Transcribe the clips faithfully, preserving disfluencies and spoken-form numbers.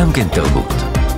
גם כן תרבות.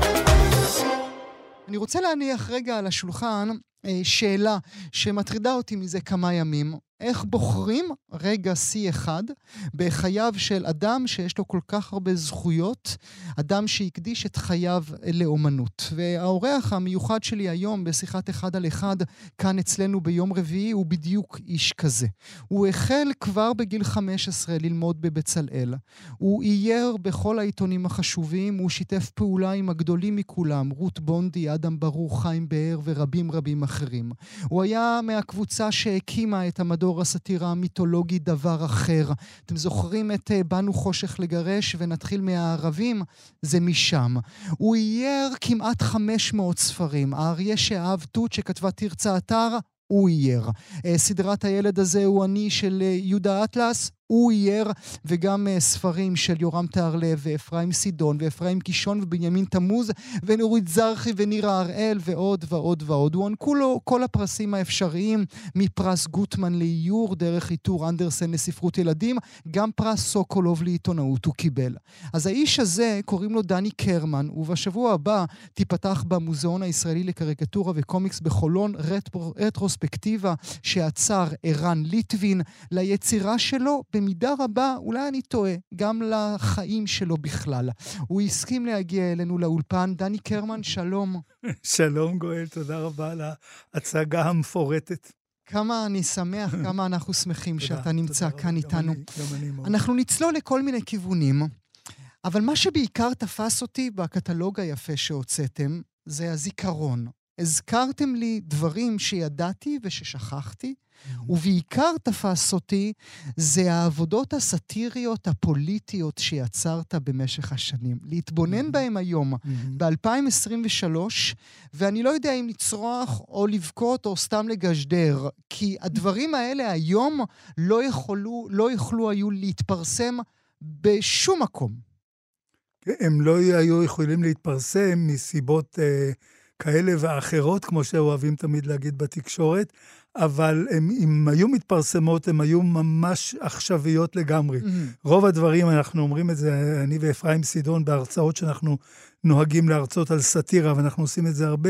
אני רוצה להניח רגע על השולחן שאלה שמטרידה אותי מזה כמה ימים. איך בוחרים רגע סי אחד בחייו של אדם שיש לו כל כך הרבה זכויות, אדם שהקדיש את חייו לאומנות. והאורח המיוחד שלי היום בשיחת אחד על אחד כאן אצלנו ביום רביעי הוא בדיוק איש כזה. הוא החל כבר בגיל חמש עשרה ללמוד בבצלאל. הוא אייר בכל העיתונים החשובים, הוא שיתף פעולה עם הגדולים מכולם, רות בונדי, אדם ברוך, חיים באר ורבים רבים אחרים. הוא היה מהקבוצה שהקימה את המדור הסאטירה המיתולוגי דבר אחר. אתם זוכרים את באנו חושך לגרש ונתחיל מהערבים? זה משם. הוא אייר כמעט חמש מאות ספרים. האריה שאהב תות שכתבה תרצה אתר, הוא אייר. סדרת הילד הזה הוא אני של יהודה אטלס, הוא אייר, וגם ספרים של יורם תהרלב ואפרים סידון ואפרים קישון ובנימין תמוז ונורית זרחי ונירה הראל ועוד ועוד ועוד. הוא ענקו לו כל הפרסים האפשריים, מפרס גוטמן לאיור, דרך עיטור אנדרסן לספרות ילדים, גם פרס סוקולוב לעיתונאות הוא קיבל. אז האיש הזה קוראים לו דני קרמן, ובשבוע הבא תיפתח במוזיאון הישראלי לקריקטורה וקומיקס בחולון רטרו, רטרוספקטיבה שעצר ערן ליטבין ליצירה שלו, במידה רבה, אולי אני טועה, גם לחיים שלו בכלל. הוא הסכים להגיע אלינו לאולפן. דני קרמן, שלום. שלום גואל, תודה רבה על ההצגה המפורטת. כמה אני שמח, כמה אנחנו שמחים תודה, שאתה נמצא תודה כאן רבה, איתנו. גם אני, גם אני מאוד. אנחנו נצלול לכל מיני כיוונים, אבל מה שבעיקר תפס אותי בקטלוג היפה שהוצאתם, זה הזיכרון. הזכרתם לי דברים שידעתי וששכחתי, ובעיקר תפס אותי זה העבודות הסאטיריות הפוליטיות שיצרת במשך השנים. להתבונן בהם היום, ב-אלפיים עשרים ושלוש, ואני לא יודע אם לצרוח או לבכות או סתם לגשדר, כי הדברים האלה היום לא יכולו, לא יכלו היו להתפרסם בשום מקום. הם לא היו יכולים להתפרסם מסיבות אה, כאלה ואחרות, כמו שאוהבים תמיד להגיד בתקשורת, אבל הם, אם היו מתפרסמות, הם היו ממש עכשוויות לגמרי. Mm-hmm. רוב הדברים, אנחנו אומרים את זה, אני ואפרים סידון, בהרצאות שאנחנו נוהגים להרצות על סאטירה, ואנחנו עושים את זה הרבה,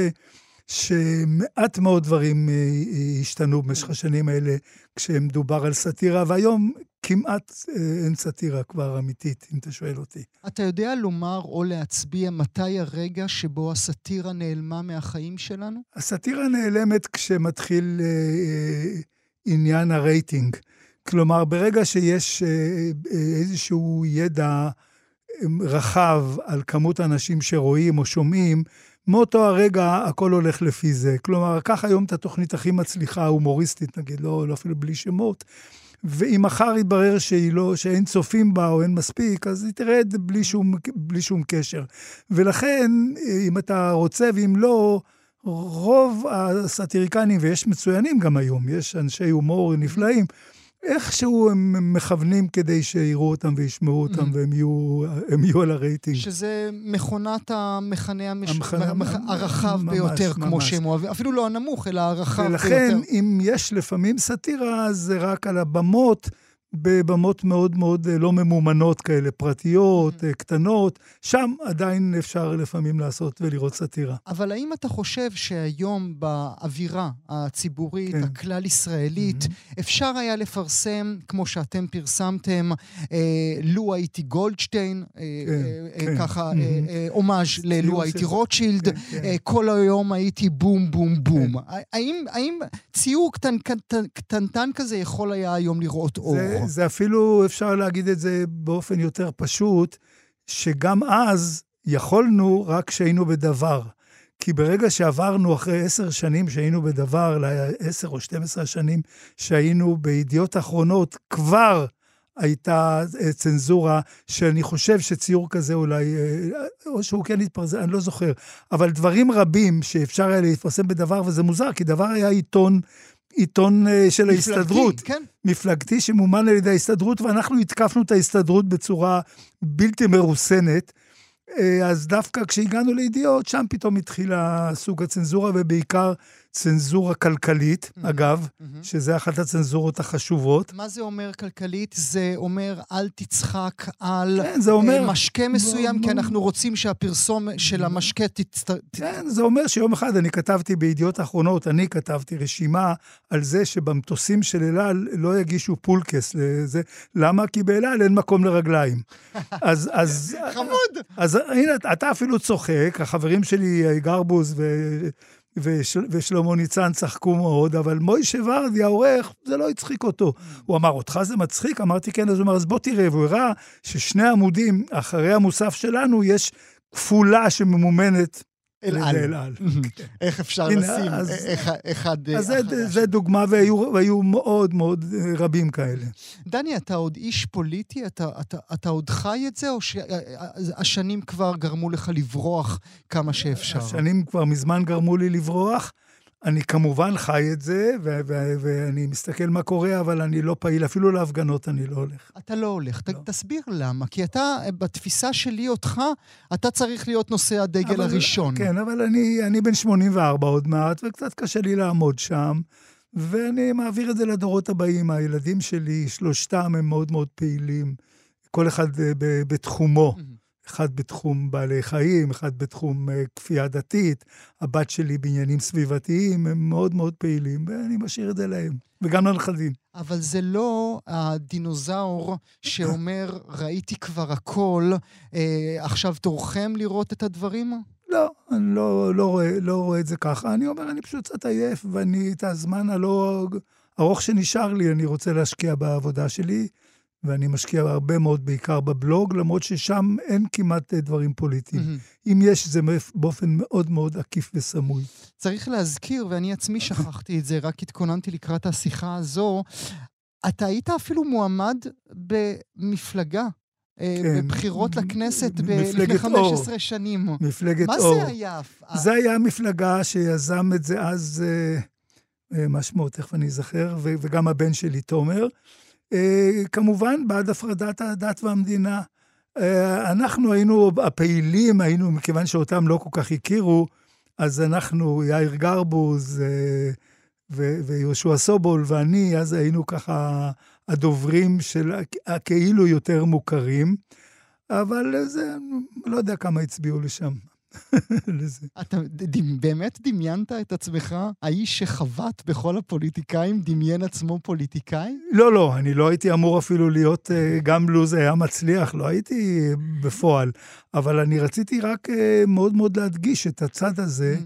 שמעט מאוד דברים השתנו במשך השנים האלה, כשהם דובר על סאטירה, והיום כמעט אין סאטירה כבר אמיתית, אם אתה שואל אותי. אתה יודע לומר או להצביע מתי הרגע שבו הסאטירה נעלמה מהחיים שלנו? הסאטירה נעלמת כשמתחיל אה, אה, עניין הרייטינג. כלומר, ברגע שיש אה, איזשהו ידע רחב על כמות האנשים שרואים או שומעים, מאותו הרגע הכל הולך לפי זה. כלומר, כך היום את התוכנית הכי מצליחה, הומוריסטית, נגיד, לא, לא אפילו בלי שמות, ואם מחר יתברר שהיא לא, שאין צופים בה או אין מספיק, אז היא תרד בלי שום, בלי שום קשר. ולכן, אם אתה רוצה ואם לא, רוב הסאטיריקנים, ויש מצוינים גם היום, יש אנשי הומור נפלאים, איכשהו הם מכוונים כדי שיראו אותם וישמעו אותם, והם יהיו, הם יהיו על הרייטינג. שזה מכונת המכנה הרחב ביותר, כמו שהם אוהבים. אפילו לא הנמוך, אלא הרחב ביותר. ולכן, אם יש לפעמים סאטירה, זה רק על הבמות, בבמות מאוד מאוד לא ממומנות כאלה, פרטיות, קטנות, שם עדיין אפשר לפעמים לעשות ולראות סאטירה. אבל האם אתה חושב שהיום באווירה הציבורית, כן. הכלל ישראלית, mm-hmm. אפשר היה לפרסם, כמו שאתם פרסמתם, אה, לו הייתי גולדשטיין, אה, כן, אה, כן. ככה, mm-hmm. אה, אומאז' ללו הייתי רוטשילד, כן, כן. אה, כל היום הייתי בום בום בום. כן. האם, האם ציור קטן, קטן, קטנטן כזה יכול היה היום לראות אור? זה, זה אפילו אפשר להגיד את זה באופן יותר פשוט, שגם אז יכולנו רק שהיינו בדבר. כי ברגע שעברנו אחרי עשר שנים שהיינו בדבר, לעשר או שתים עשרה שנים שהיינו בידיעות אחרונות, כבר הייתה צנזורה, שאני חושב שציור כזה אולי, או שהוא כן התפרסם, אני לא זוכר, אבל דברים רבים שאפשר היה להתפרסם בדבר, וזה מוזר, כי דבר היה עיתון, עיתון של ההסתדרות. כן. מפלגתי שמומן על ידי ההסתדרות, ואנחנו התקפנו את ההסתדרות בצורה בלתי מרוסנת, אז דווקא כשהגענו לידיעות, שם פתאום התחילה סוג הצנזורה, ובעיקר צנזורה כלכלית, אגב, שזה אחת הצנזורות החשובות. מה זה אומר כלכלית? זה אומר אל תצחק על משקה מסוים, כי אנחנו רוצים שהפרסום של המשקה תצט... כן, זה אומר שיום אחד אני כתבתי בידיעות האחרונות, אני כתבתי רשימה על זה שבמטוסים של אל על לא יגישו פולקס לזה. למה? כי באל על אין מקום לרגליים. אז, אז, חמוד! אז הנה, אתה אפילו צוחק, החברים שלי, גרבוז ו... ושל, ושלמה ניצן צחקו מאוד, אבל מוישה ורדי, העורך, זה לא הצחיק אותו. הוא אמר, אותך זה מצחיק? אמרתי, כן, אז הוא אמר, אז בוא תראה, והוא הראה ששני עמודים אחרי המוסף שלנו, יש כפולה שממומנת אל על. איך אפשר לשים אחד... אז זה דוגמה, והיו מאוד מאוד רבים כאלה. דני, אתה עוד איש פוליטי? אתה עוד חי את זה, או שהשנים כבר גרמו לך לברוח כמה שאפשר? השנים כבר מזמן גרמו לי לברוח. אני כמובן חי את זה, ואני מסתכל מה קורה, אבל אני לא פעיל, אפילו להפגנות אני לא הולך. אתה לא הולך, תסביר למה. כי אתה, בתפיסה שלי אותך, אתה צריך להיות נושא הדגל הראשון. כן, אבל אני בן שמונים וארבע עוד מעט, וקצת קשה לי לעמוד שם, ואני מעביר את זה לדורות הבאים. הילדים שלי, שלושתם הם מאוד מאוד פעילים, כל אחד בתחומו. אחד בתחום בעלי חיים, אחד בתחום כפייה דתית, הבת שלי בעניינים סביבתיים, הם מאוד מאוד פעילים, ואני משאיר את זה להם, וגם לנכדים. אבל זה לא הדינוזאור שאומר, ראיתי כבר הכל, אה, עכשיו תורכם לראות את הדברים? לא, אני לא, לא, רואה, לא רואה את זה ככה. אני אומר, אני פשוט קצת עייף, ואני את הזמן הלא ארוך שנשאר לי, אני רוצה להשקיע בעבודה שלי, ואני משקיע הרבה מאוד בעיקר בבלוג, למרות ששם אין כמעט דברים פוליטיים. Mm-hmm. אם יש, זה באופן מאוד מאוד עקיף וסמוי. צריך להזכיר, ואני עצמי שכחתי את זה, רק התכוננתי לקראת השיחה הזו, אתה היית אפילו מועמד במפלגה, כן. בבחירות לכנסת לפני חמש עשרה שנים. מפלגת מה אור. זה היה? זה היה מפלגה שיזם את זה אז, מה שמו, תכף אני אזכר, וגם הבן שלי תומר, Uh, כמובן, בעד הפרדת הדת והמדינה. Uh, אנחנו היינו, הפעילים היינו, מכיוון שאותם לא כל כך הכירו, אז אנחנו, יאיר גרבוז uh, ו- ויהושע סובול ואני, אז היינו ככה הדוברים של הכאילו יותר מוכרים, אבל זה, לא יודע כמה הצביעו לשם. לזה. אתה באמת דמיינת את עצמך, האיש שחוות בכל הפוליטיקאים, דמיין עצמו פוליטיקאי? לא, לא, אני לא הייתי אמור אפילו להיות, גם לו זה היה מצליח, לא הייתי בפועל, אבל אני רציתי רק מאוד מאוד להדגיש את הצד הזה,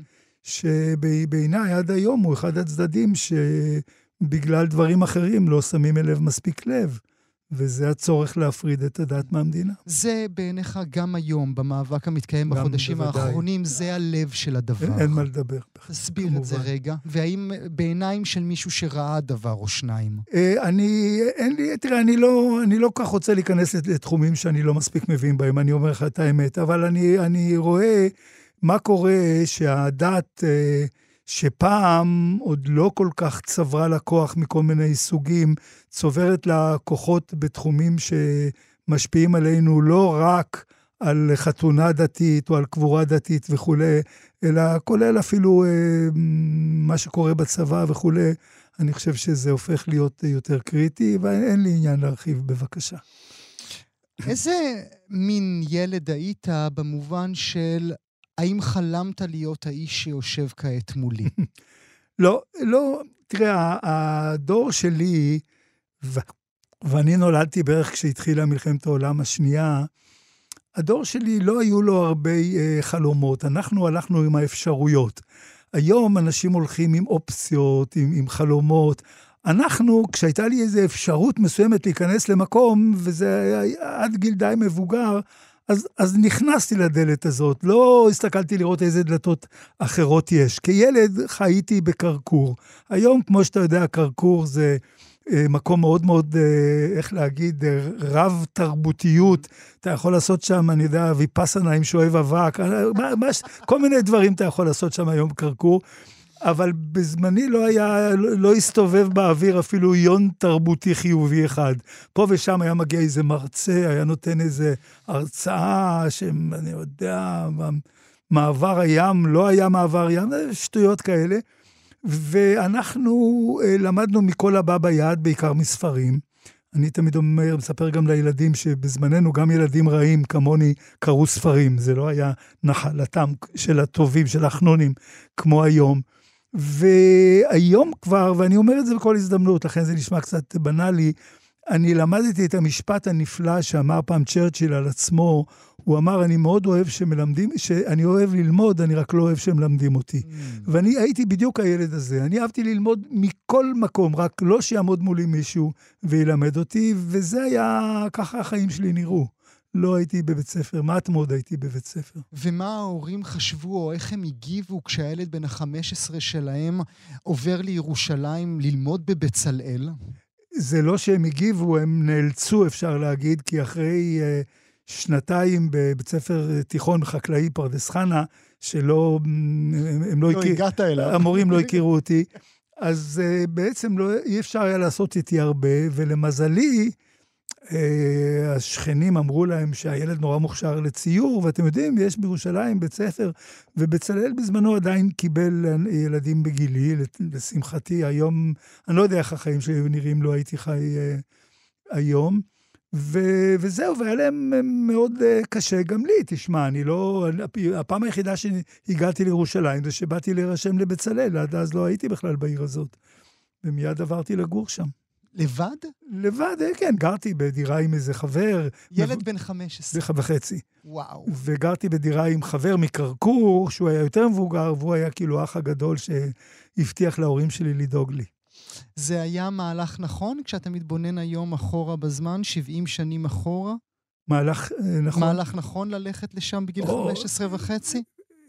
שבעיניי עד היום הוא אחד הצדדים שבגלל דברים אחרים לא שמים אליו מספיק לב. וזה הצורך להפריד את הדת מהמדינה. זה בעיניך גם היום, במאבק המתקיים בחודשים בוודאי. האחרונים, זה הלב של הדבר. אין, אין מה לדבר. תסביר כמובן. את זה רגע, והאם בעיניים של מישהו שראה דבר או שניים? אני, אין לי, תראה, אני לא, אני לא כך רוצה להיכנס לתחומים שאני לא מספיק מבין בהם, אני אומר לך את האמת, אבל אני, אני רואה מה קורה שהדת... שפעם עוד לא כל כך צברה לקוח מכל מיני סוגים, צוברת לקוחות בתחומים שמשפיעים עלינו לא רק על חתונה דתית או על קבורה דתית וכו', אלא כולל אפילו אה, מה שקורה בצבא וכו'. אני חושב שזה הופך להיות יותר קריטי, ואין לי עניין להרחיב, בבקשה. איזה מין ילד היית במובן של... האם חלמת להיות האיש שיושב כעת מולי? לא, לא, תראה, הדור שלי, ו- ואני נולדתי בערך כשהתחילה מלחמת העולם השנייה, הדור שלי לא היו לו הרבה uh, חלומות, אנחנו הלכנו עם האפשרויות. היום אנשים הולכים עם אופציות, עם, עם חלומות. אנחנו, כשהייתה לי איזו אפשרות מסוימת להיכנס למקום, וזה היה עד גיל די מבוגר, אז, אז נכנסתי לדלת הזאת, לא הסתכלתי לראות איזה דלתות אחרות יש. כילד חייתי בקרקור. היום, כמו שאתה יודע, קרקור זה אה, מקום מאוד מאוד, אה, איך להגיד, אה, רב תרבותיות. אתה יכול לעשות שם, אני יודע, ויפסנה עם שואב אבק, מה, מה, כל מיני דברים אתה יכול לעשות שם היום בקרקור. אבל בזמני לא היה, לא, לא הסתובב באוויר אפילו יון תרבותי חיובי אחד. פה ושם היה מגיע איזה מרצה, היה נותן איזה הרצאה, שאני יודע, מעבר הים, לא היה מעבר ים, שטויות כאלה. ואנחנו למדנו מכל הבא ביד, בעיקר מספרים. אני תמיד אומר, מספר גם לילדים שבזמננו גם ילדים רעים כמוני קראו ספרים, זה לא היה נחלתם של הטובים, של החנונים, כמו היום. והיום כבר, ואני אומר את זה בכל הזדמנות, לכן זה נשמע קצת בנאלי, אני למדתי את המשפט הנפלא שאמר פעם צ'רצ'יל על עצמו, הוא אמר, אני מאוד אוהב שמלמדים, שאני אוהב ללמוד, אני רק לא אוהב שמלמדים אותי. Mm. ואני הייתי בדיוק הילד הזה, אני אהבתי ללמוד מכל מקום, רק לא שיעמוד מולי מישהו וילמד אותי, וזה היה, ככה החיים שלי נראו. לא הייתי בבית ספר, מעט מאוד הייתי בבית ספר. ומה ההורים חשבו, או איך הם הגיבו כשהילד בן ה-חמש עשרה שלהם עובר לירושלים ללמוד בבצלאל? זה לא שהם הגיבו, הם נאלצו, אפשר להגיד, כי אחרי uh, שנתיים בבית ספר תיכון חקלאי פרדס חנה, שלא, הם, הם לא, לא הכיר, הגעת אליו. המורים לא הכירו אותי, אז uh, בעצם לא, אי אפשר היה לעשות איתי הרבה, ולמזלי, uh, השכנים אמרו להם שהילד נורא מוכשר לציור, ואתם יודעים, יש בירושלים בית ספר, ובצלאל בזמנו עדיין קיבל ילדים בגילי, לשמחתי, היום, אני לא יודע איך החיים שלי נראים, לא הייתי חי uh, היום, ו- וזהו, והיה להם מאוד uh, קשה גם לי, תשמע, אני לא, הפעם היחידה שהגעתי לירושלים, זה שבאתי להירשם לבצלאל, עד אז לא הייתי בכלל בעיר הזאת, ומיד עברתי לגור שם. לבד? לבד, כן, גרתי בדירה עם איזה חבר. ילד בן חמש עשרה. וחצי. וואו. וגרתי בדירה עם חבר מקרקור, שהוא היה יותר מבוגר, והוא היה כאילו האח הגדול שהבטיח להורים שלי לדאוג לי. זה היה מהלך נכון, כשאתה מתבונן היום אחורה בזמן, שבעים שנים אחורה? מהלך נכון. מהלך נכון ללכת לשם בגיל חמש עשרה וחצי?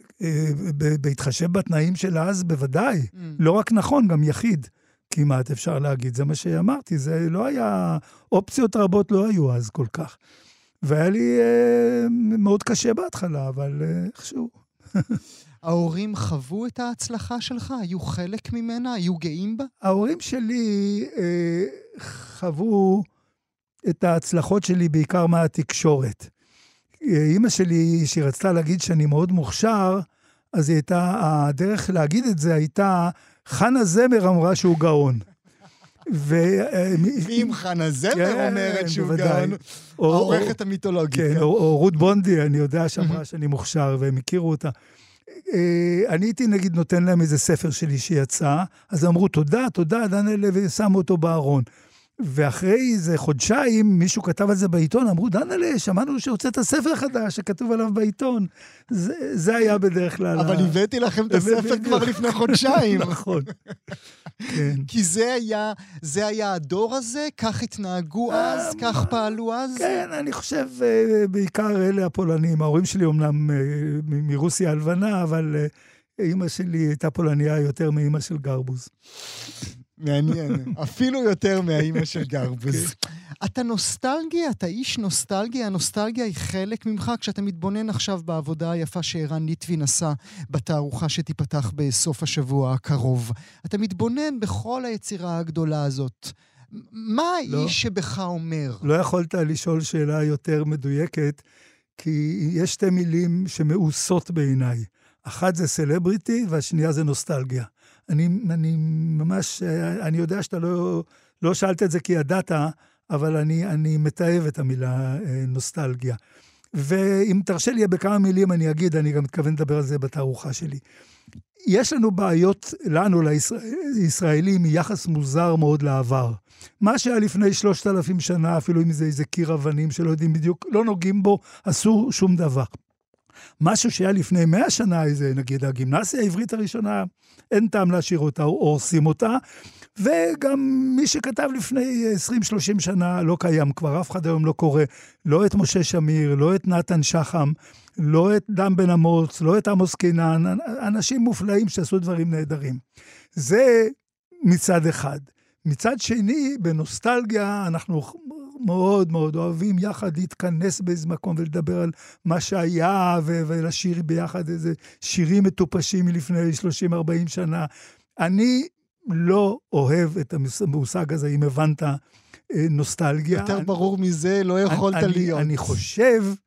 בהתחשב בתנאים של אז, בוודאי. לא רק נכון, גם יחיד. כמעט אפשר להגיד, זה מה שאמרתי, זה לא היה, אופציות רבות לא היו אז כל כך. והיה לי אה, מאוד קשה בהתחלה, אבל אה, איכשהו. ההורים חוו את ההצלחה שלך? היו חלק ממנה? היו גאים בה? ההורים שלי אה, חוו את ההצלחות שלי בעיקר מהתקשורת. אמא שלי, שהיא רצתה להגיד שאני מאוד מוכשר, אז היא הייתה, הדרך להגיד את זה הייתה, חנה זמר אמרה שהוא גאון. אם חנה זמר אומרת שהוא גאון, העורכת המיתולוגית. כן, או רות בונדי, אני יודע שאמרה שאני מוכשר, והם הכירו אותה. אני הייתי נגיד נותן להם איזה ספר שלי שיצא, אז אמרו תודה, תודה, דנאלה, ושמו אותו בארון. ואחרי איזה חודשיים, מישהו כתב על זה בעיתון, אמרו, דנאלה, שמענו שהוצאת ספר חדש שכתוב עליו בעיתון. זה, זה היה בדרך כלל. אבל הבאתי לכם את הספר כבר לפני חודשיים. נכון. כן. כי זה היה, זה היה הדור הזה, כך התנהגו אז, כך פעלו אז? כן, אני חושב, בעיקר אלה הפולנים. ההורים שלי אומנם מרוסיה הלבנה, אבל אמא שלי הייתה פולניה יותר מאמא של גרבוז. מעניין, אפילו יותר מהאימא של גרבוז. אתה נוסטלגי, אתה איש נוסטלגי, הנוסטלגיה היא חלק ממך, כשאתה מתבונן עכשיו בעבודה היפה שערן ליטבין עשה בתערוכה שתיפתח בסוף השבוע הקרוב. אתה מתבונן בכל היצירה הגדולה הזאת. מה האיש שבך אומר? לא יכולת לשאול שאלה יותר מדויקת, כי יש שתי מילים שמאוסות בעיניי. אחת זה סלבריטי, והשנייה זה נוסטלגיה. אני, אני ממש, אני יודע שאתה לא, לא שאלת את זה כי ידעת, אבל אני, אני מתאהב את המילה נוסטלגיה. ואם תרשה לי בכמה מילים אני אגיד, אני גם מתכוון לדבר על זה בתערוכה שלי. יש לנו בעיות, לנו, לישראלים, יחס מוזר מאוד לעבר. מה שהיה לפני שלושת אלפים שנה, אפילו אם זה איזה קיר אבנים שלא יודעים בדיוק, לא נוגעים בו, אסור שום דבר. משהו שהיה לפני מאה שנה, איזה, נגיד, הגימנסיה העברית הראשונה, אין טעם להשאיר אותה, הורסים אותה, וגם מי שכתב לפני עשרים שלושים שנה לא קיים כבר, אף אחד היום לא קורא, לא את משה שמיר, לא את נתן שחם, לא את דם בן אמוץ, לא את עמוס קינן, אנשים מופלאים שעשו דברים נהדרים. זה מצד אחד. מצד שני, בנוסטלגיה, אנחנו מאוד מאוד אוהבים יחד להתכנס באיזה מקום ולדבר על מה שהיה ו- ולשיר ביחד איזה שירים מטופשים מלפני שלושים ארבעים שנה. אני לא אוהב את המושג הזה, אם הבנת נוסטלגיה. יותר ברור מזה, לא יכולת אני, להיות. אני חושב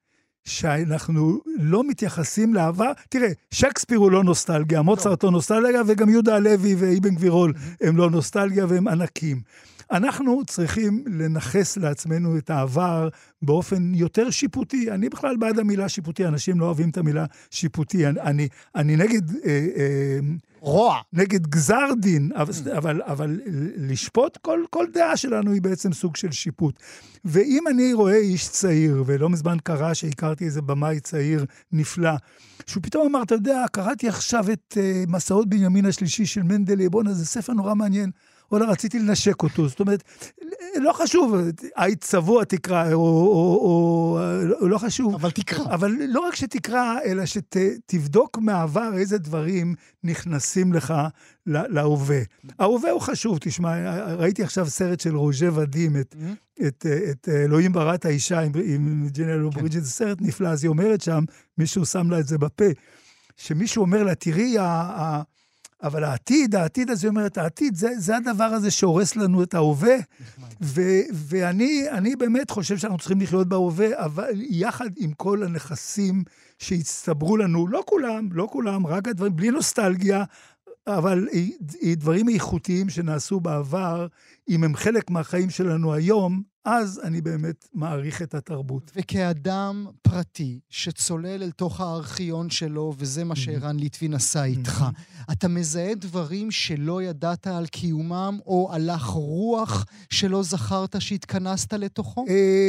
שאנחנו לא מתייחסים לעבר. תראה, שייקספיר הוא לא נוסטלגיה, מוצרט לא נוסטלגיה, וגם יהודה הלוי ואיבן גבירול הם לא נוסטלגיה והם ענקים. אנחנו צריכים לנחס לעצמנו את העבר באופן יותר שיפוטי. אני בכלל בעד המילה שיפוטי, אנשים לא אוהבים את המילה שיפוטי. אני, אני, אני נגד... אה, אה, רוע. נגד גזר דין, אבל, אבל, אבל לשפוט כל, כל דעה שלנו היא בעצם סוג של שיפוט. ואם אני רואה איש צעיר, ולא מזמן קרה שהכרתי איזה במאי צעיר נפלא, שהוא פתאום אמר, אתה יודע, קראתי עכשיו את uh, מסעות בנימין השלישי של מנדלי, בוא'נה, זה ספר נורא מעניין, וואלה, רציתי לנשק אותו. זאת אומרת, לא חשוב, היית צבוע תקרא, או, או, או, או לא חשוב. אבל תקרא. אבל לא רק שתקרא, אלא שתבדוק מהעבר איזה דברים נכנסים לך להווה. ההווה הוא חשוב, תשמע, ראיתי עכשיו סרט של רוז'ה ודים, את, mm-hmm. את, את אלוהים ברא את האישה עם, עם ג'נרל לוברידג'ט, זה סרט נפלא, אז היא אומרת שם, מישהו שם לה את זה בפה, שמישהו אומר לה, תראי, ה, ה, אבל העתיד, העתיד הזה אומרת, העתיד, זה, זה הדבר הזה שהורס לנו את ההווה, ו- ואני אני באמת חושב שאנחנו צריכים לחיות בהווה, אבל יחד עם כל הנכסים שהצטברו לנו, לא כולם, לא כולם, רק הדברים, בלי נוסטלגיה, אבל דברים איכותיים שנעשו בעבר, אם הם חלק מהחיים שלנו היום, אז אני באמת מעריך את התרבות. וכאדם פרטי שצולל אל תוך הארכיון שלו, וזה מה שערן ליטבין עשה איתך, אתה מזהה דברים שלא ידעת על קיומם, או הלך רוח שלא זכרת שהתכנסת לתוכו?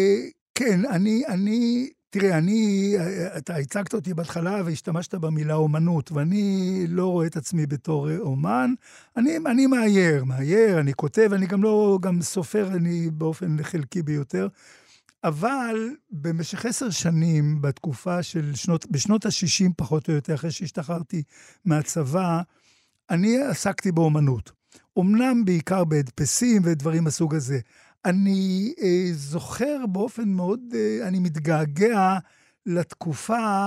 כן, אני, אני, תראה, אני, אתה הצגת אותי בהתחלה והשתמשת במילה אומנות, ואני לא רואה את עצמי בתור אומן. אני, אני מאייר, מאייר, אני כותב, אני גם לא, גם סופר, אני באופן חלקי ביותר. אבל במשך עשר שנים, בתקופה של שנות, בשנות ה-שישים פחות או יותר, אחרי שהשתחררתי מהצבא, אני עסקתי באומנות. אמנם בעיקר בהדפסים ודברים מסוג הזה. אני אה, זוכר באופן מאוד, אה, אני מתגעגע לתקופה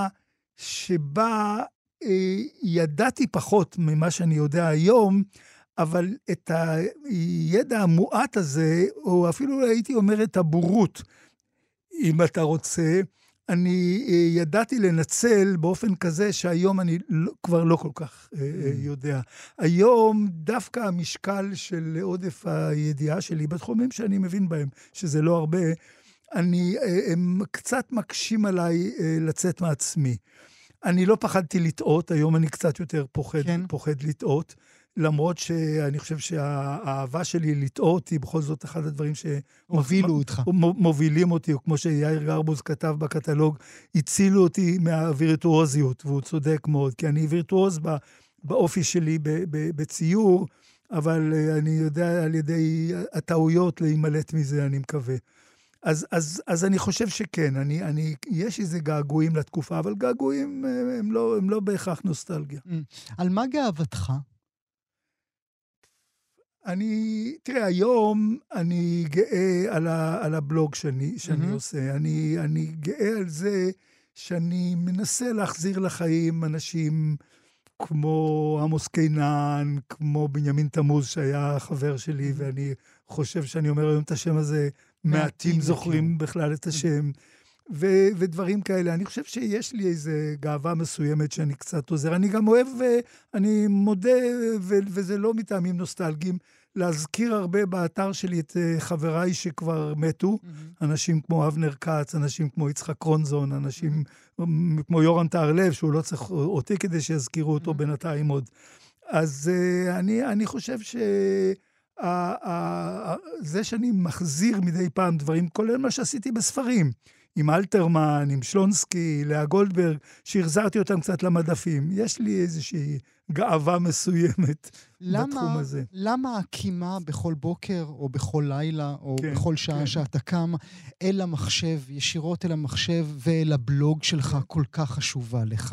שבה אה, ידעתי פחות ממה שאני יודע היום, אבל את הידע המועט הזה, או אפילו הייתי אומר את הבורות, אם אתה רוצה, אני אה, ידעתי לנצל באופן כזה שהיום אני לא, כבר לא כל כך אה, mm. יודע. היום דווקא המשקל של עודף הידיעה שלי, בתחומים שאני מבין בהם, שזה לא הרבה, אני, אה, הם קצת מקשים עליי אה, לצאת מעצמי. אני לא פחדתי לטעות, היום אני קצת יותר פוחד, כן. פוחד לטעות, למרות שאני חושב שהאהבה שלי לטעות היא בכל זאת אחד הדברים שהובילו אותך. מובילים אותי, או כמו שיאיר גרבוז כתב בקטלוג, הצילו אותי מהווירטואוזיות, והוא צודק מאוד, כי אני וירטואוז באופי שלי בציור, אבל אני יודע על ידי הטעויות להימלט מזה, אני מקווה. אז, אז, אז אני חושב שכן, אני, אני, יש איזה געגועים לתקופה, אבל געגועים הם לא, הם לא בהכרח נוסטלגיה. על מה גאוותך? אני, תראה, היום אני גאה על, ה, על הבלוג שאני, שאני mm-hmm. עושה. אני, אני גאה על זה שאני מנסה להחזיר לחיים אנשים כמו עמוס קינן, כמו בנימין תמוז שהיה חבר שלי, mm-hmm. ואני חושב שאני אומר היום את השם הזה, מעטים זוכרים בכלל את השם, ו- ודברים כאלה. אני חושב שיש לי איזו גאווה מסוימת שאני קצת עוזר. אני גם אוהב, אני מודה, ו- וזה לא מטעמים נוסטלגיים, להזכיר הרבה באתר שלי את חבריי שכבר מתו, mm-hmm. אנשים כמו אבנר קץ, אנשים כמו יצחק קרונזון, אנשים mm-hmm. כמו יורם תהרלב, שהוא לא צריך אותי כדי שיזכירו אותו mm-hmm. בינתיים עוד. אז uh, אני, אני חושב ש... זה שאני מחזיר מדי פעם דברים, כולל מה שעשיתי בספרים, עם אלתרמן, עם שלונסקי, לאה גולדברג, שהחזרתי אותם קצת למדפים. יש לי איזושהי גאווה מסוימת למה, בתחום הזה. למה הקימה בכל בוקר, או בכל לילה, או כן, בכל שעה כן. שאתה קם, אל המחשב, ישירות אל המחשב, ואל הבלוג שלך כל כך חשובה לך?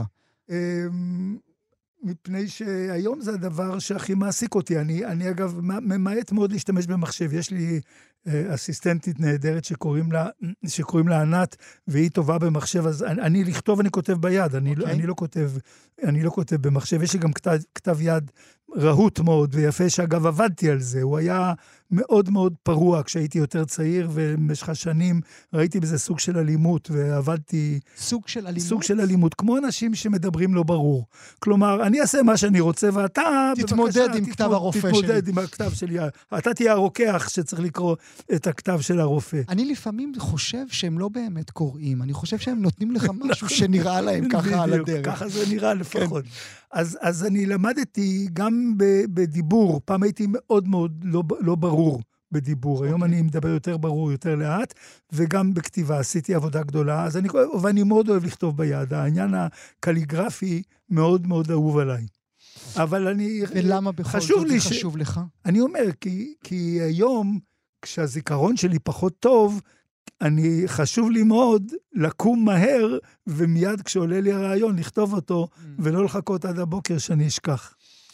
מפני שהיום זה הדבר שהכי מעסיק אותי. אני, אני אגב, ממעט מאוד להשתמש במחשב. יש לי אסיסטנטית נהדרת שקוראים לה, שקוראים לה ענת, והיא טובה במחשב, אז אני, אני לכתוב, אני כותב ביד, אני, okay. אני לא כותב, אני לא כותב במחשב, יש לי גם כתב, כתב יד רהוט מאוד ויפה, שאגב עבדתי על זה, הוא היה מאוד מאוד פרוע כשהייתי יותר צעיר, ובמשך השנים ראיתי בזה סוג של אלימות, ועבדתי... סוג של אלימות? סוג של אלימות, כמו אנשים שמדברים לא ברור. כלומר, אני אעשה מה שאני רוצה, ואתה... תתמודד בבקשה, עם כתב הרופא שלי. תתמודד עם הכתב שלי. אתה תהיה הרוקח שצריך לקרוא את הכתב של הרופא. אני לפעמים חושב שהם לא באמת קוראים, אני חושב שהם נותנים לך משהו שנראה להם ככה על הדרך. ככה זה נראה לפחות. אז, אז אני למדתי גם בדיבור, פעם הייתי מאוד מאוד לא, לא ברור בדיבור, okay. היום אני מדבר יותר ברור, יותר לאט, וגם בכתיבה עשיתי עבודה גדולה, אז אני, ואני מאוד אוהב לכתוב ביד, העניין הקליגרפי מאוד מאוד אהוב עליי. אבל אני... ולמה בכל זאת זה חשוב ש... לך? אני אומר, כי, כי היום, כשהזיכרון שלי פחות טוב, אני חשוב לי מאוד לקום מהר, ומיד כשעולה לי הרעיון, לכתוב אותו, mm. ולא לחכות עד הבוקר שאני אשכח.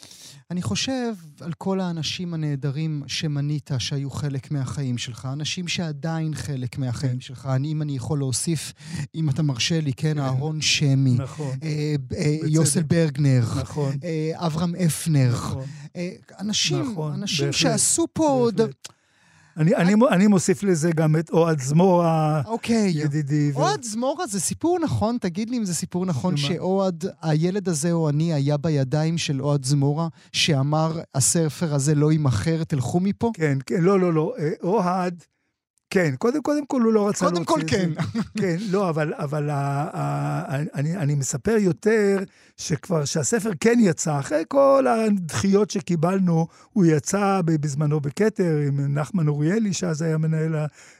אני חושב על כל האנשים הנהדרים שמנית שהיו חלק מהחיים שלך, אנשים שעדיין חלק מהחיים שלך. אני, אם אני יכול להוסיף, אם אתה מרשה לי, כן, אהרון שמי, נכון. אה, אה, יוסל ברגנר, נכון. אה, אברהם אפנר, נכון. אה, אנשים, נכון, אנשים בהחלט, שעשו פה... בהחלט. אני, אני, אני מוסיף לזה גם את אוהד זמורה, אוקיי. ידידי. אוהד זמורה זה סיפור נכון, תגיד לי אם זה סיפור נכון שאוהד, הילד הזה או אני היה בידיים של אוהד זמורה, שאמר הספר הזה לא יימחר, תלכו מפה? כן, כן, לא, לא, לא, אוהד, כן, קודם, קודם כל הוא לא רצה קודם כל כן. כן, לא, אבל, אבל ה, ה, אני, אני מספר יותר שכבר שהספר כן יצא, אחרי כל הדחיות שקיבלנו, הוא יצא בזמנו בכתר עם נחמן אוריאלי, שאז היה מנהל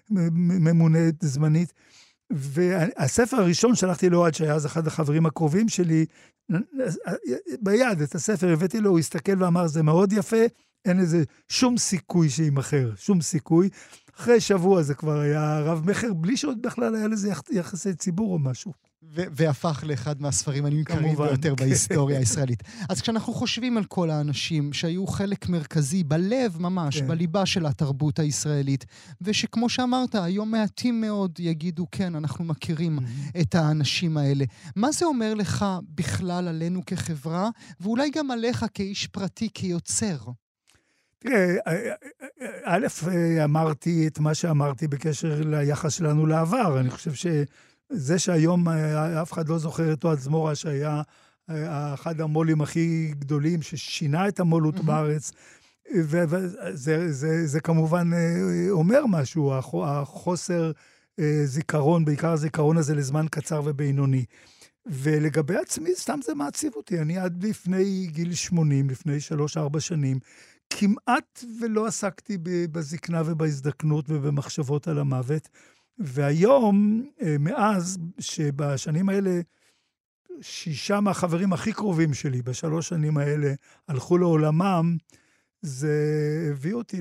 הממונה זמנית, והספר הראשון שלחתי לו עד שהיה אז אחד החברים הקרובים שלי, ביד את הספר הבאתי לו, הוא הסתכל ואמר, זה מאוד יפה, אין איזה שום סיכוי שימחר, שום סיכוי. אחרי שבוע זה כבר היה רב מחר, בלי שעוד בכלל היה לזה יחסי ציבור או משהו. ו- והפך לאחד מהספרים הנמכרים ביותר בהיסטוריה הישראלית. אז כשאנחנו חושבים על כל האנשים שהיו חלק מרכזי, בלב ממש, כן. בליבה של התרבות הישראלית, ושכמו שאמרת, היום מעטים מאוד יגידו, כן, אנחנו מכירים mm-hmm. את האנשים האלה. מה זה אומר לך בכלל עלינו כחברה, ואולי גם עליך כאיש פרטי, כיוצר? תראה, א', אמרתי את מה שאמרתי בקשר ליחס שלנו לעבר. אני חושב שזה שהיום אף אחד לא זוכר את אוהד זמורה, שהיה אחד המולים הכי גדולים, ששינה את המולות mm-hmm. בארץ, וזה זה, זה כמובן אומר משהו, החוסר זיכרון, בעיקר הזיכרון הזה לזמן קצר ובינוני. ולגבי עצמי, סתם זה מעציב אותי. אני עד לפני גיל שמונים, לפני שלוש ארבע שנים, כמעט ולא עסקתי בזקנה ובהזדקנות ובמחשבות על המוות. והיום, מאז שבשנים האלה, שישה מהחברים הכי קרובים שלי, בשלוש שנים האלה, הלכו לעולמם, זה הביא אותי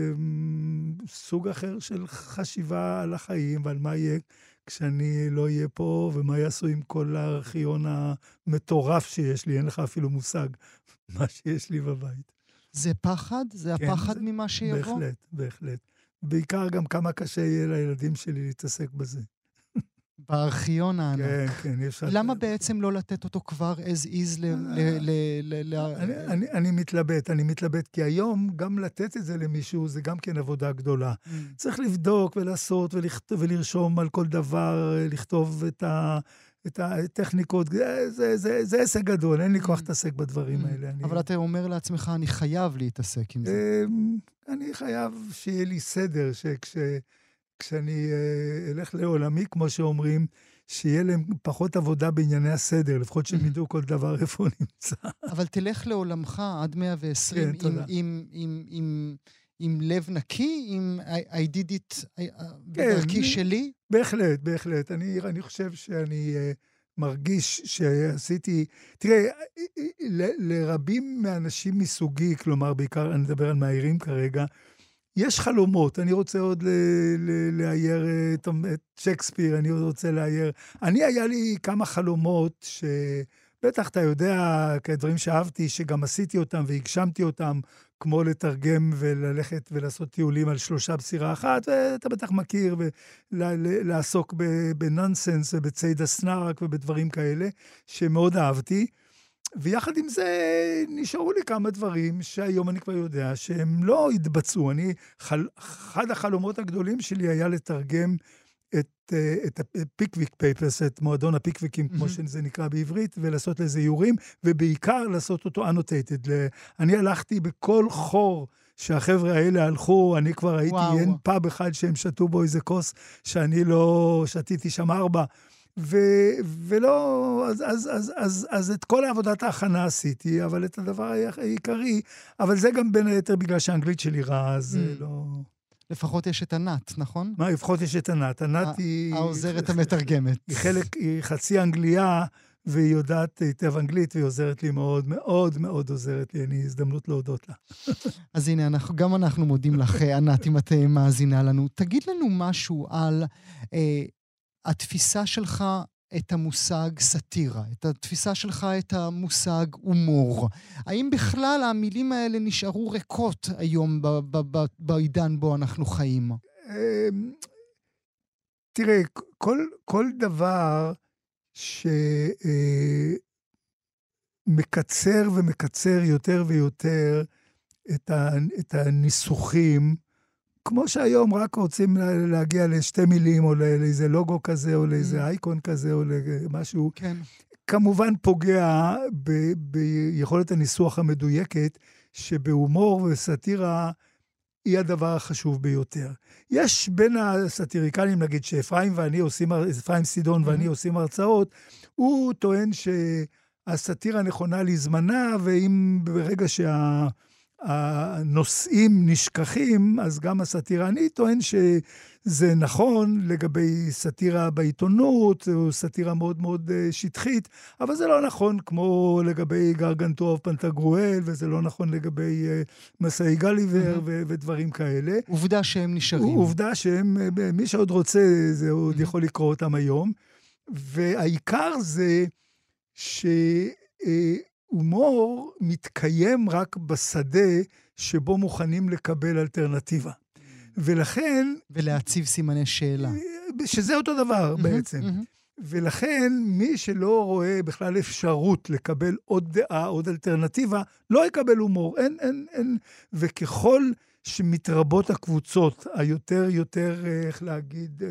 לסוג אחר של חשיבה על החיים ועל מה יהיה כשאני לא אהיה פה, ומה יעשו עם כל הארכיון המטורף שיש לי, אין לך אפילו מושג מה שיש לי בבית. זה פחד? זה כן, הפחד זה, ממה שיבוא? בהחלט, בהחלט. בעיקר גם כמה קשה יהיה לילדים שלי להתעסק בזה. בארכיון הענק. כן, כן, אפשר... למה בעצם לא לתת אותו כבר as is ל... ל, ל, ל אני, אני, אני מתלבט, אני מתלבט, כי היום גם לתת את זה למישהו, זה גם כן עבודה גדולה. Mm. צריך לבדוק ולעשות ולכתוב, ולרשום על כל דבר, לכתוב את ה... את הטכניקות, זה, זה, זה, זה עסק גדול, אין לי כוח להתעסק בדברים האלה. אבל אני... אתה אומר לעצמך, אני חייב להתעסק עם זה. אני חייב שיהיה לי סדר, שכשאני אלך לעולמי, כמו שאומרים, שיהיה להם פחות עבודה בענייני הסדר, לפחות שהם ידעו כל דבר איפה נמצא. אבל תלך לעולמך עד מאה ועשרים עם, עם, עם, עם, עם לב נקי, עם I did it בדרכי שלי? בהחלט, בהחלט. אני, אני חושב שאני uh, מרגיש שעשיתי... תראה, ל, לרבים מהאנשים מסוגי, כלומר, בעיקר אני מדבר על מהירים כרגע, יש חלומות. אני רוצה עוד ל, ל, לאייר את, את שייקספיר, אני עוד רוצה לאייר... אני, היה לי כמה חלומות בטח אתה יודע, כדברים שאהבתי, שגם עשיתי אותם והגשמתי אותם, כמו לתרגם וללכת ולעשות טיולים על שלושה בסירה אחת, ואתה בטח מכיר, ולעסוק בנונסנס ובציד הסנרק ובדברים כאלה, שמאוד אהבתי. ויחד עם זה נשארו לי כמה דברים שהיום אני כבר יודע שהם לא התבצעו. אני, חל, אחד החלומות הגדולים שלי היה לתרגם את, את הפיקוויק פייפרס, את מועדון הפיקוויקים, mm-hmm. כמו שזה נקרא בעברית, ולעשות לזה איורים, ובעיקר לעשות אותו annotated. אני הלכתי בכל חור שהחבר'ה האלה הלכו, אני כבר הייתי, וואו. אין פאב אחד שהם שתו בו איזה כוס, שאני לא שתיתי שם ארבע, ו, ולא, אז, אז, אז, אז, אז את כל העבודת ההכנה עשיתי, אבל את הדבר העיקרי, אבל זה גם בין היתר בגלל שהאנגלית שלי רע, אז mm. לא... לפחות יש את ענת, נכון? מה, לפחות יש את ענת. ענת היא... העוזרת המתרגמת. היא חלק, היא חצי אנגליה, והיא יודעת היטב אנגלית, והיא עוזרת לי מאוד, מאוד מאוד עוזרת לי. אני הזדמנות להודות לה. אז הנה, אנחנו, גם אנחנו מודים לך, ענת, אם את מאזינה לנו. תגיד לנו משהו על אה, התפיסה שלך את המושג סאטירה, את התפיסה שלך את המושג הומור. האם בכלל המילים האלה נשארו ריקות היום ב- ב- ב- בעידן בו אנחנו חיים? תראה, כל, כל דבר שמקצר ומקצר יותר ויותר את, ה, את הניסוחים, כמו שהיום רק רוצים להגיע לשתי מילים, או לאיזה לוגו כזה, או לאיזה אייקון כזה, או למשהו, כן. כמובן פוגע ב- ביכולת הניסוח המדויקת, שבהומור וסאטירה היא הדבר החשוב ביותר. יש בין הסאטיריקנים, נגיד, שאפרים ואני עושים, אפרים סידון ואני עושים הרצאות, הוא טוען שהסאטירה נכונה לזמנה, ואם ברגע שה... הנושאים נשכחים, אז גם הסאטירה, אני טוען שזה נכון לגבי סאטירה בעיתונות, או סאטירה מאוד מאוד שטחית, אבל זה לא נכון כמו לגבי גרגנטוב פנטגרואל, וזה לא נכון לגבי מסעי גליבר mm-hmm. ו- ודברים כאלה. עובדה שהם נשארים. עובדה שהם, מי שעוד רוצה, זה עוד mm-hmm. יכול לקרוא אותם היום, והעיקר זה ש... הומור מתקיים רק בשדה שבו מוכנים לקבל אלטרנטיבה. ולכן... ולהציב סימני שאלה. שזה אותו דבר בעצם. ולכן מי שלא רואה בכלל אפשרות לקבל עוד דעה, עוד אלטרנטיבה, לא יקבל הומור. אין, אין, אין. וככל שמתרבות הקבוצות, היותר יותר, איך להגיד,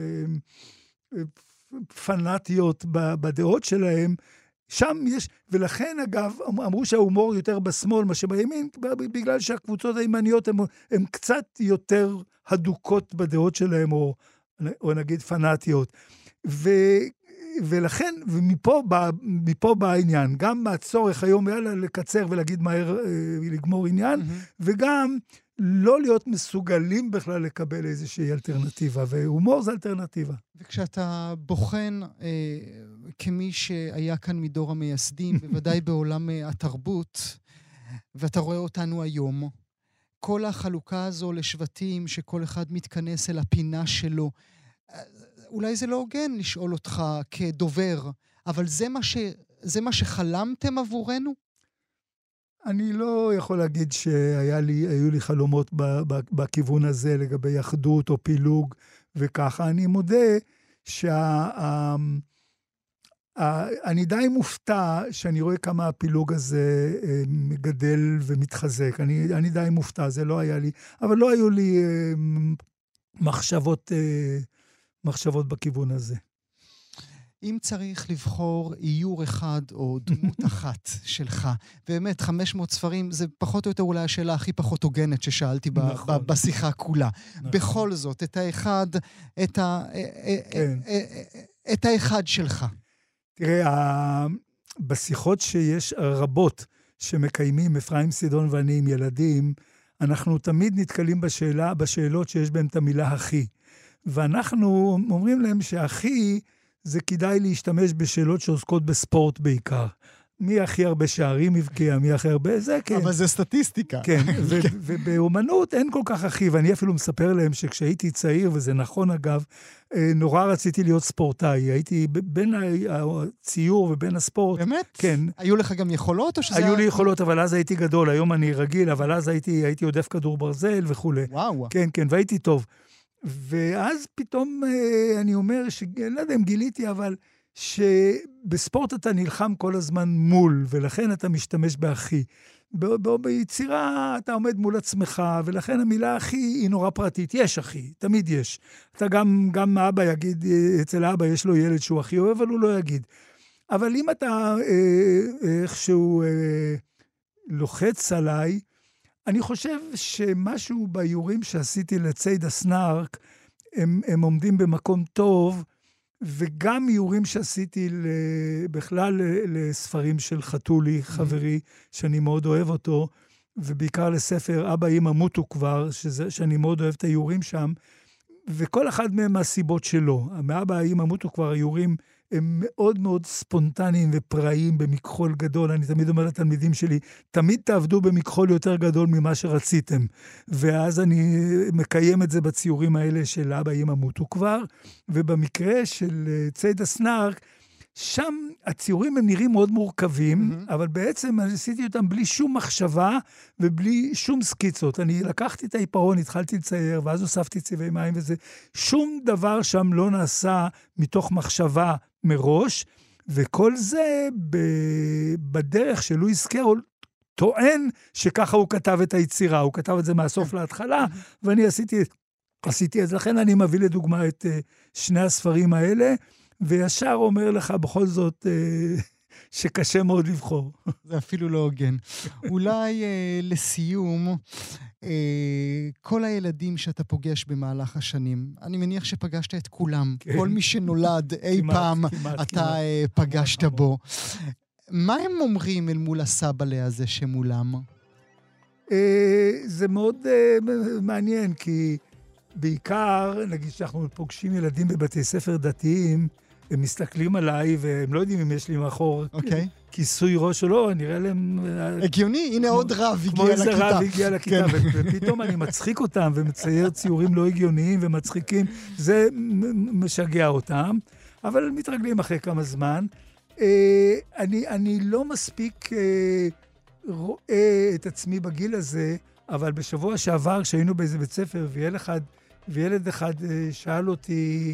פנאטיות בדעות שלהם, שם יש, ולכן אגב, אמרו שההומור יותר בשמאל, מה שבימין, בגלל שהקבוצות הימניות הן, הן קצת יותר הדוקות בדעות שלהם, או, או נגיד פנאטיות. ו, ולכן, ומפה בא, מפה בא העניין, גם מהצורך היום יאללה לקצר ולהגיד מהר, לגמור עניין, mm-hmm. וגם לא להיות מסוגלים בכלל לקבל איזושהי אלטרנטיבה, והומור זה אלטרנטיבה. וכשאתה בוחן אה, כמי שהיה כאן מדור המייסדים, בוודאי בעולם התרבות, ואתה רואה אותנו היום, כל החלוקה הזו לשבטים, שכל אחד מתכנס אל הפינה שלו, אולי זה לא הוגן לשאול אותך כדובר, אבל זה מה, ש, זה מה שחלמתם עבורנו? אני לא יכול להגיד שהיו לי, היו לי חלומות בכיוון הזה לגבי אחדות או פילוג וככה. אני מודה שאני די מופתע שאני רואה כמה הפילוג הזה מגדל ומתחזק. אני, אני די מופתע, זה לא היה לי, אבל לא היו לי מחשבות, מחשבות בכיוון הזה. אם צריך לבחור איור אחד או דמות אחת שלך, באמת חמש מאות ספרים, זה פחות או יותר אולי השאלה הכי פחות הוגנת ששאלתי נכון. ב- בשיחה כולה. נכון. בכל זאת, את האחד, את, ה- כן. את האחד שלך. תראה, בשיחות שיש רבות שמקיימים אפרים סידון ואני עם ילדים, אנחנו תמיד נתקלים בשאלה, בשאלות שיש בהם את המילה הכי. ואנחנו אומרים להם שהכי זה כדאי להשתמש בשאלות שעוסקות בספורט בעיקר. מי הכי הרבה שערים הבקיע, מי הכי הרבה, זה כן. אבל זה סטטיסטיקה. כן, ו- ובאומנות אין כל כך הכי, ואני אפילו מספר להם שכשהייתי צעיר, וזה נכון אגב, נורא רציתי להיות ספורטאי, הייתי בין הציור ובין הספורט. באמת? כן. היו לך גם יכולות או שזה... היו לי יכולות, אבל אז הייתי גדול, היום אני רגיל, אבל אז הייתי, הייתי עודף כדור ברזל וכו'. וואו. כן, כן, והייתי טוב. ואז פתאום אני אומר, שלא יודע אם גיליתי, אבל שבספורט אתה נלחם כל הזמן מול, ולכן אתה משתמש באחי. ביצירה אתה עומד מול עצמך, ולכן המילה אחי היא נורא פרטית. יש אחי, תמיד יש. אתה גם, גם אבא יגיד, אצל אבא יש לו ילד שהוא הכי אוהב, אבל הוא לא יגיד. אבל אם אתה איכשהו לוחץ עליי, אני חושב שמשהו באיורים שעשיתי לציד הסנארק, הם, הם עומדים במקום טוב, וגם איורים שעשיתי בכלל לספרים של חתולי, חברי, שאני מאוד אוהב אותו, ובעיקר לספר אבא אמא מותו כבר, שזה, שאני מאוד אוהב את האיורים שם, וכל אחד מהם מהסיבות שלו. מאבא אמא מותו כבר האיורים הם מאוד מאוד ספונטניים ופראיים במכחול גדול. אני תמיד אומר לתלמידים שלי, תמיד תעבדו במכחול יותר גדול ממה שרציתם. ואז אני מקיים את זה בציורים האלה של אבא אמא מותו כבר, ובמקרה של ציד הסנארק, שם הציורים הם נראים מאוד מורכבים, mm-hmm. אבל בעצם עשיתי אותם בלי שום מחשבה ובלי שום סקיצות. אני לקחתי את העיפרון, התחלתי לצייר, ואז הוספתי צבעי מים וזה. שום דבר שם לא נעשה מתוך מחשבה מראש, וכל זה ב- בדרך של לואיס קרול טוען שככה הוא כתב את היצירה. הוא כתב את זה מהסוף להתחלה, ואני עשיתי, עשיתי את זה. לכן אני מביא לדוגמה את uh, שני הספרים האלה, וישר אומר לך בכל זאת אה, שקשה מאוד לבחור. זה אפילו לא הוגן. אולי אה, לסיום, אה, כל הילדים שאתה פוגש במהלך השנים, אני מניח שפגשת את כולם. כן. כל מי שנולד אי כמעט, פעם כמעט, אתה כמעט. אה, פגשת כמעט. בו. מה הם אומרים אל מול הסבא הזה שמולם? אה, זה מאוד אה, מעניין, כי בעיקר, נגיד שאנחנו פוגשים ילדים בבתי ספר דתיים, הם מסתכלים עליי, והם לא יודעים אם יש לי מאחור כיסוי ראש או לא, נראה להם... הגיוני, הנה עוד רב הגיע לכיתה. כמו איזה רב הגיע לכיתה, ופתאום אני מצחיק אותם, ומצייר ציורים לא הגיוניים ומצחיקים, זה משגע אותם, אבל מתרגלים אחרי כמה זמן. אני לא מספיק רואה את עצמי בגיל הזה, אבל בשבוע שעבר, כשהיינו באיזה בית ספר, וילד אחד, וילד אחד שאל אותי,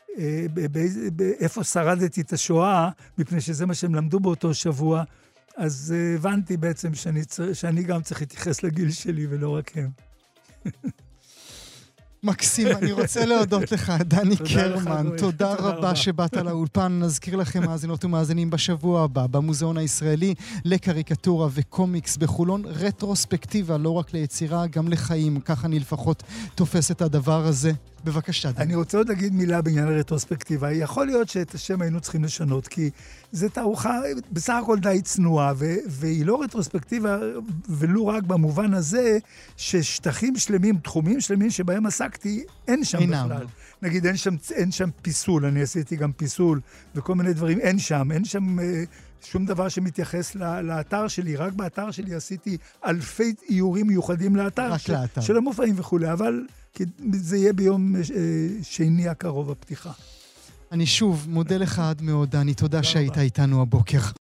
איפה שרדתי את השואה, מפני שזה מה שהם למדו באותו שבוע, אז הבנתי בעצם שאני, שאני גם צריך להתייחס לגיל שלי ולא רק הם. מקסים, אני רוצה להודות לך, דני קרמן. תודה רבה שבאת לאולפן. נזכיר לכם, מאזינות ומאזינים, בשבוע הבא, במוזיאון הישראלי לקריקטורה וקומיקס בחולון, רטרוספקטיבה, לא רק ליצירה, גם לחיים. ככה אני לפחות תופס את הדבר הזה. בבקשה, דני. אני רוצה עוד להגיד מילה בעניין הרטרוספקטיבה. יכול להיות שאת השם היינו צריכים לשנות, כי זו תערוכה בסך הכל די צנועה, ו- והיא לא רטרוספקטיבה, ולא רק במובן הזה, ששטחים שלמים, תחומים שלמים שבהם עסקתי, אין שם אינם. בכלל. נגיד, אין שם, אין שם פיסול, אני עשיתי גם פיסול, וכל מיני דברים, אין שם, אין שם אה, שום דבר שמתייחס לא, לאתר שלי, רק באתר שלי עשיתי אלפי איורים מיוחדים לאתר, ש- של המופעים וכו', אבל כי זה יהיה ביום שני הקרוב הפתיחה. אני שוב מודה לך עד מאוד, דני, תודה שהיית איתנו הבוקר.